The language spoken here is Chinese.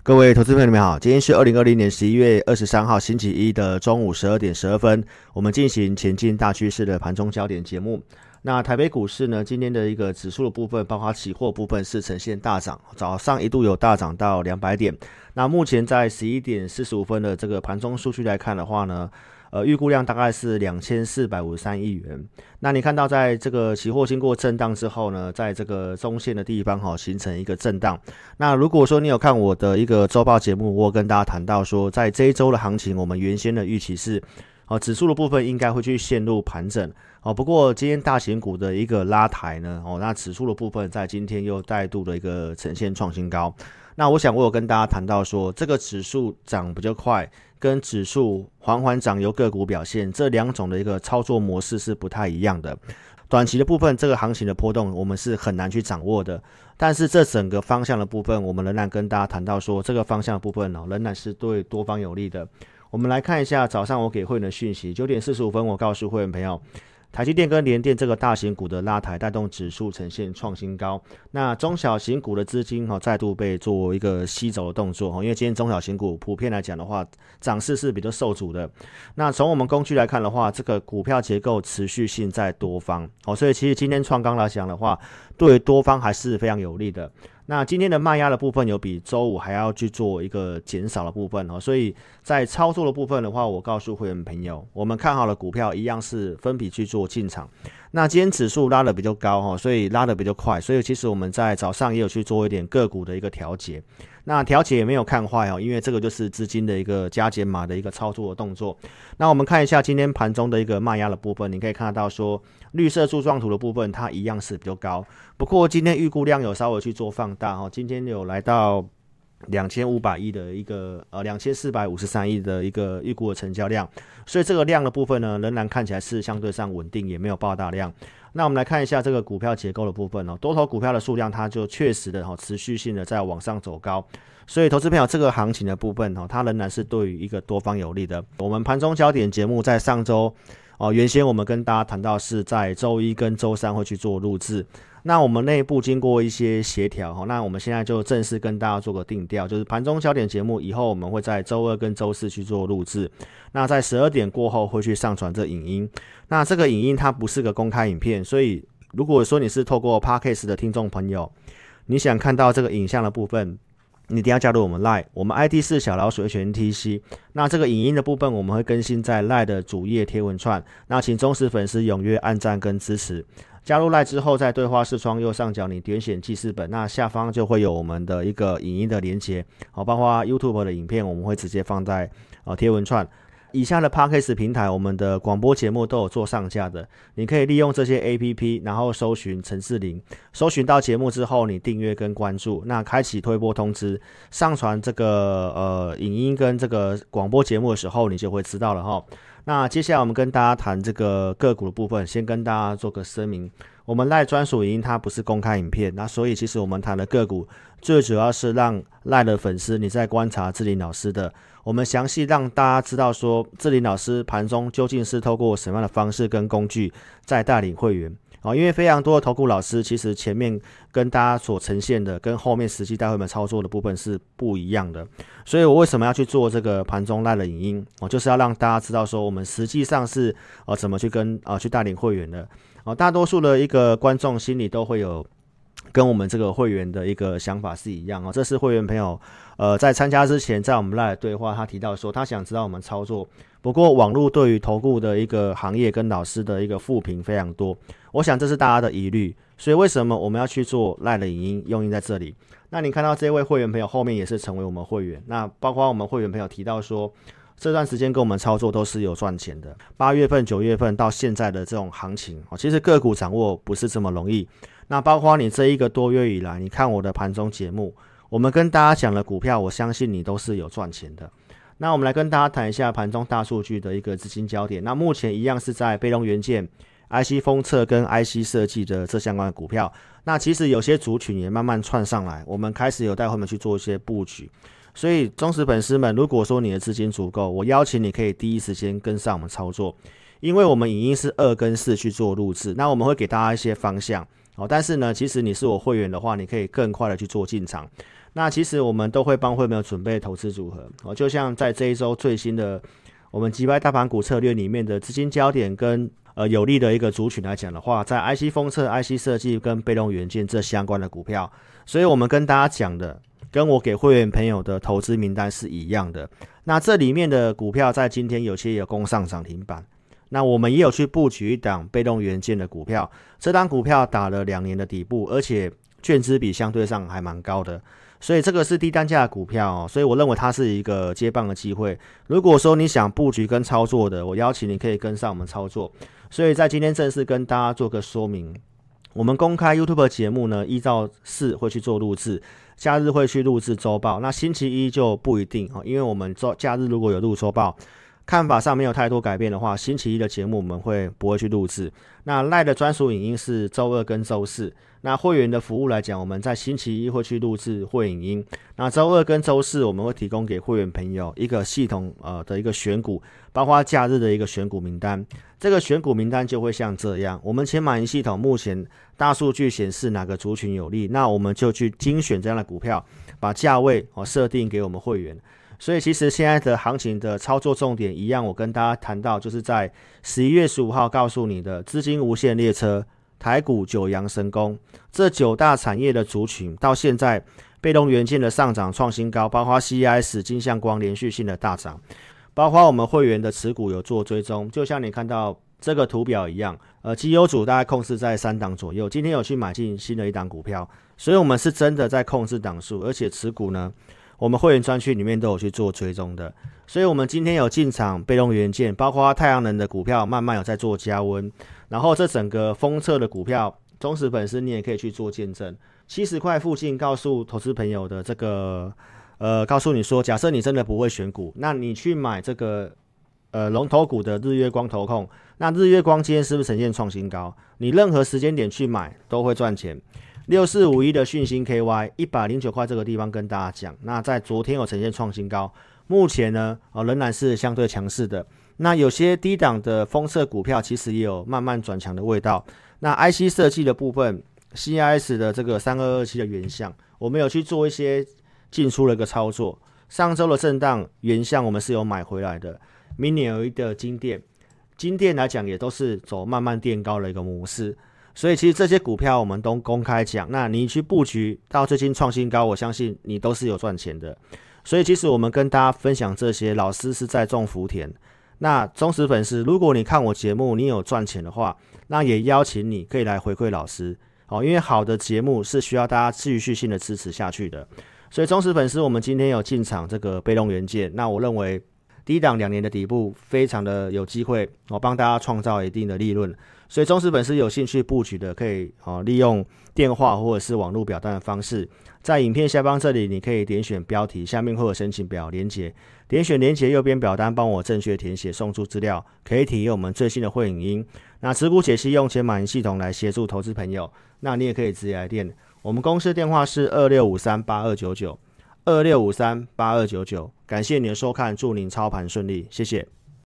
各位投资朋友们好，今天是2020年11月23号星期一的中午12点12分，我们进行前进大趋势的盘中焦点节目。那台北股市呢，今天的一个指数的部分，包括期货部分是呈现大涨，早上一度有大涨到200点。那目前在11点45分的这个盘中数据来看的话呢，预估量大概是2453亿元。那你看到在这个期货经过震荡之后呢，在这个中线的地方形成一个震荡。那如果说你有看我的一个周报节目，我有跟大家谈到说，在这一周的行情，我们原先的预期是指数的部分应该会去陷入盘整。不过今天大型股的一个拉抬呢，那指数的部分在今天又再度的一个呈现创新高。那我想我有跟大家谈到说，这个指数涨比较快，跟指数缓缓涨由个股表现，这两种的一个操作模式是不太一样的。短期的部分，这个行情的波动我们是很难去掌握的，但是这整个方向的部分，我们仍然跟大家谈到说，这个方向的部分仍然是对多方有利的。我们来看一下早上我给会员的讯息，9点45分我告诉会员朋友，台积电跟联电这个大型股的拉抬带动指数呈现创新高，那中小型股的资金再度被做一个吸走的动作，因为今天中小型股普遍来讲的话，涨势是比较受阻的。那从我们工具来看的话，这个股票结构持续性在多方，所以其实今天创高来讲的话，对多方还是非常有利的。那今天的卖压的部分有比周五还要去做一个减少的部分，所以在操作的部分的话，我告诉会员朋友，我们看好的股票一样是分笔去做进场。那今天指数拉得比较高，所以拉得比较快，所以其实我们在早上也有去做一点个股的一个调节。那调节也没有看坏，因为这个就是资金的一个加减码的一个操作的动作。那我们看一下今天盘中的一个卖压的部分，你可以看得到说，绿色柱状图的部分它一样是比较高，不过今天预估量有稍微去做放大，今天有来到2500亿的一个2453亿的一个预估的成交量，所以这个量的部分呢，仍然看起来是相对上稳定，也没有爆大量。那我们来看一下这个股票结构的部分，多头股票的数量它就确实的持续性的在往上走高，所以投资朋友这个行情的部分它仍然是对于一个多方有利的。我们盘中焦点节目在上周原先我们跟大家谈到是在周一跟周三会去做录制，那我们内部经过一些协调，那我们现在就正式跟大家做个定调，就是盘中焦点节目以后我们会在周二跟周四去做录制，那在12点过后会去上传这影音。那这个影音它不是个公开影片，所以如果说你是透过 Podcast 的听众朋友，你想看到这个影像的部分，你一定要加入我们 LINE， 我们 ID 是小老鼠 HNTC。 那这个影音的部分我们会更新在 LINE 的主页贴文串，那请忠实粉丝踊跃按赞跟支持。加入 LINE 之后，在对话视窗右上角你点选记事本，那下方就会有我们的一个影音的连结，包括 YouTube 的影片我们会直接放在贴文串。以下的 Podcast 平台我们的广播节目都有做上架的，你可以利用这些 APP， 然后搜寻陈士林，搜寻到节目之后你订阅跟关注，那开启推播通知，上传这个影音跟这个广播节目的时候你就会知道了。那接下来我们跟大家谈这个个股的部分，先跟大家做个声明，我们LINE专属影音它不是公开影片，那所以其实我们谈的个股最主要是让LINE的粉丝你在观察志霖老师的，我们详细让大家知道说志霖老师盘中究竟是透过什么样的方式跟工具在带领会员，因为非常多的投顾老师其实前面跟大家所呈现的跟后面实际带会员操作的部分是不一样的，所以我为什么要去做这个盘中LINE的影音，就是要让大家知道说我们实际上是怎么去去带领会员的。大多数的一个观众心里都会有跟我们这个会员的一个想法是一样，这是会员朋友在参加之前在我们LINE的对话，他提到说他想知道我们操作，不过网络对于投顾的一个行业跟老师的一个负评非常多，我想这是大家的疑虑，所以为什么我们要去做LINE的影音用意在这里。那你看到这位会员朋友后面也是成为我们会员，那包括我们会员朋友提到说这段时间跟我们操作都是有赚钱的，8月份9月份到现在的这种行情，其实个股掌握不是这么容易。那包括你这一个多月以来你看我的盘中节目，我们跟大家讲的股票，我相信你都是有赚钱的。那我们来跟大家谈一下盘中大数据的一个资金焦点，那目前一样是在被动元件、IC 封测跟 IC 设计的这相关的股票，那其实有些族群也慢慢窜上来，我们开始有带他们去做一些布局。所以忠实粉丝们，如果说你的资金足够，我邀请你可以第一时间跟上我们操作，因为我们影音是2跟4去做录制，那我们会给大家一些方向，但是呢，其实你是我会员的话，你可以更快的去做进场。 那其实我们都会帮会员准备投资组合，就像在这一周最新的我们击败大盘股策略里面的资金焦点跟有利的一个族群来讲的话，在 IC 封测、IC 设计跟被动元件这相关的股票，所以我们跟大家讲的，跟我给会员朋友的投资名单是一样的。那这里面的股票在今天有些有攻上涨停板，那我们也有去布局一档被动元件的股票，这档股票打了2年的底部，而且券资比相对上还蛮高的。所以这个是低单价的股票所以我认为它是一个接棒的机会。如果说你想布局跟操作的，我邀请你可以跟上我们操作。所以在今天正式跟大家做个说明，我们公开 YouTube 节目呢，依照4会去做录制，假日会去录制周报，那星期一就不一定因为我们假日如果有录周报，看法上没有太多改变的话，星期一的节目我们不会去录制。那 LINE 的专属影音是周2跟周4，那会员的服务来讲，我们在星期一会去录制会影音，那周2跟周4我们会提供给会员朋友一个系统的一个选股，包括假日的一个选股名单。这个选股名单就会像这样，我们前马营系统目前大数据显示哪个族群有利，那我们就去精选这样的股票，把价位设定给我们会员。所以其实现在的行情的操作重点一样，我跟大家谈到就是在11月15号告诉你的资金无限列车，台股九阳神功，这9大产业的族群到现在被动元件的上涨创新高，包括 CIS 金相光连续性的大涨，包括我们会员的持股有做追踪，就像你看到这个图表一样，绩优组大概控制在3档左右，今天有去买进新的一档股票，所以我们是真的在控制档数，而且持股呢我们会员专区里面都有去做追踪的，所以我们今天有进场被动元件，包括太阳能的股票慢慢有在做加温，然后这整个封测的股票，忠实粉丝你也可以去做见证，70块附近告诉投资朋友的这个告诉你说，假设你真的不会选股，那你去买这个龙头股的日月光投控，那日月光今天是不是呈现创新高？你任何时间点去买都会赚钱。6451的讯星 KY 109块这个地方跟大家讲，那在昨天有呈现创新高，目前呢仍然是相对强势的。那有些低档的封测股票其实也有慢慢转强的味道。那 IC 设计的部分 CIS 的这个3227的原相，我们有去做一些进出的一个操作。上周的震荡原相我们是有买回来的。Mini LED 的金电来讲也都是走慢慢垫高的一个模式。所以其实这些股票我们都公开讲，那你去布局到最近创新高，我相信你都是有赚钱的。所以其实我们跟大家分享这些，老师是在种福田。那忠实粉丝，如果你看我节目你有赚钱的话，那也邀请你可以来回馈老师因为好的节目是需要大家继续性的支持下去的。所以忠实粉丝，我们今天有进场这个被动元件，那我认为低档2年的底部非常的有机会帮大家创造一定的利润。所以忠实粉丝有兴趣布局的，可以利用电话或者是网络表单的方式，在影片下方这里你可以点选标题，下面会有申请表连结，点选连结右边表单帮我正确填写送出资料，可以体验我们最新的会影音。那持股解析用前马营系统来协助投资朋友，那你也可以直接来电，我们公司电话是26538299 26538299。感谢你的收看，祝您操盘顺利，谢谢。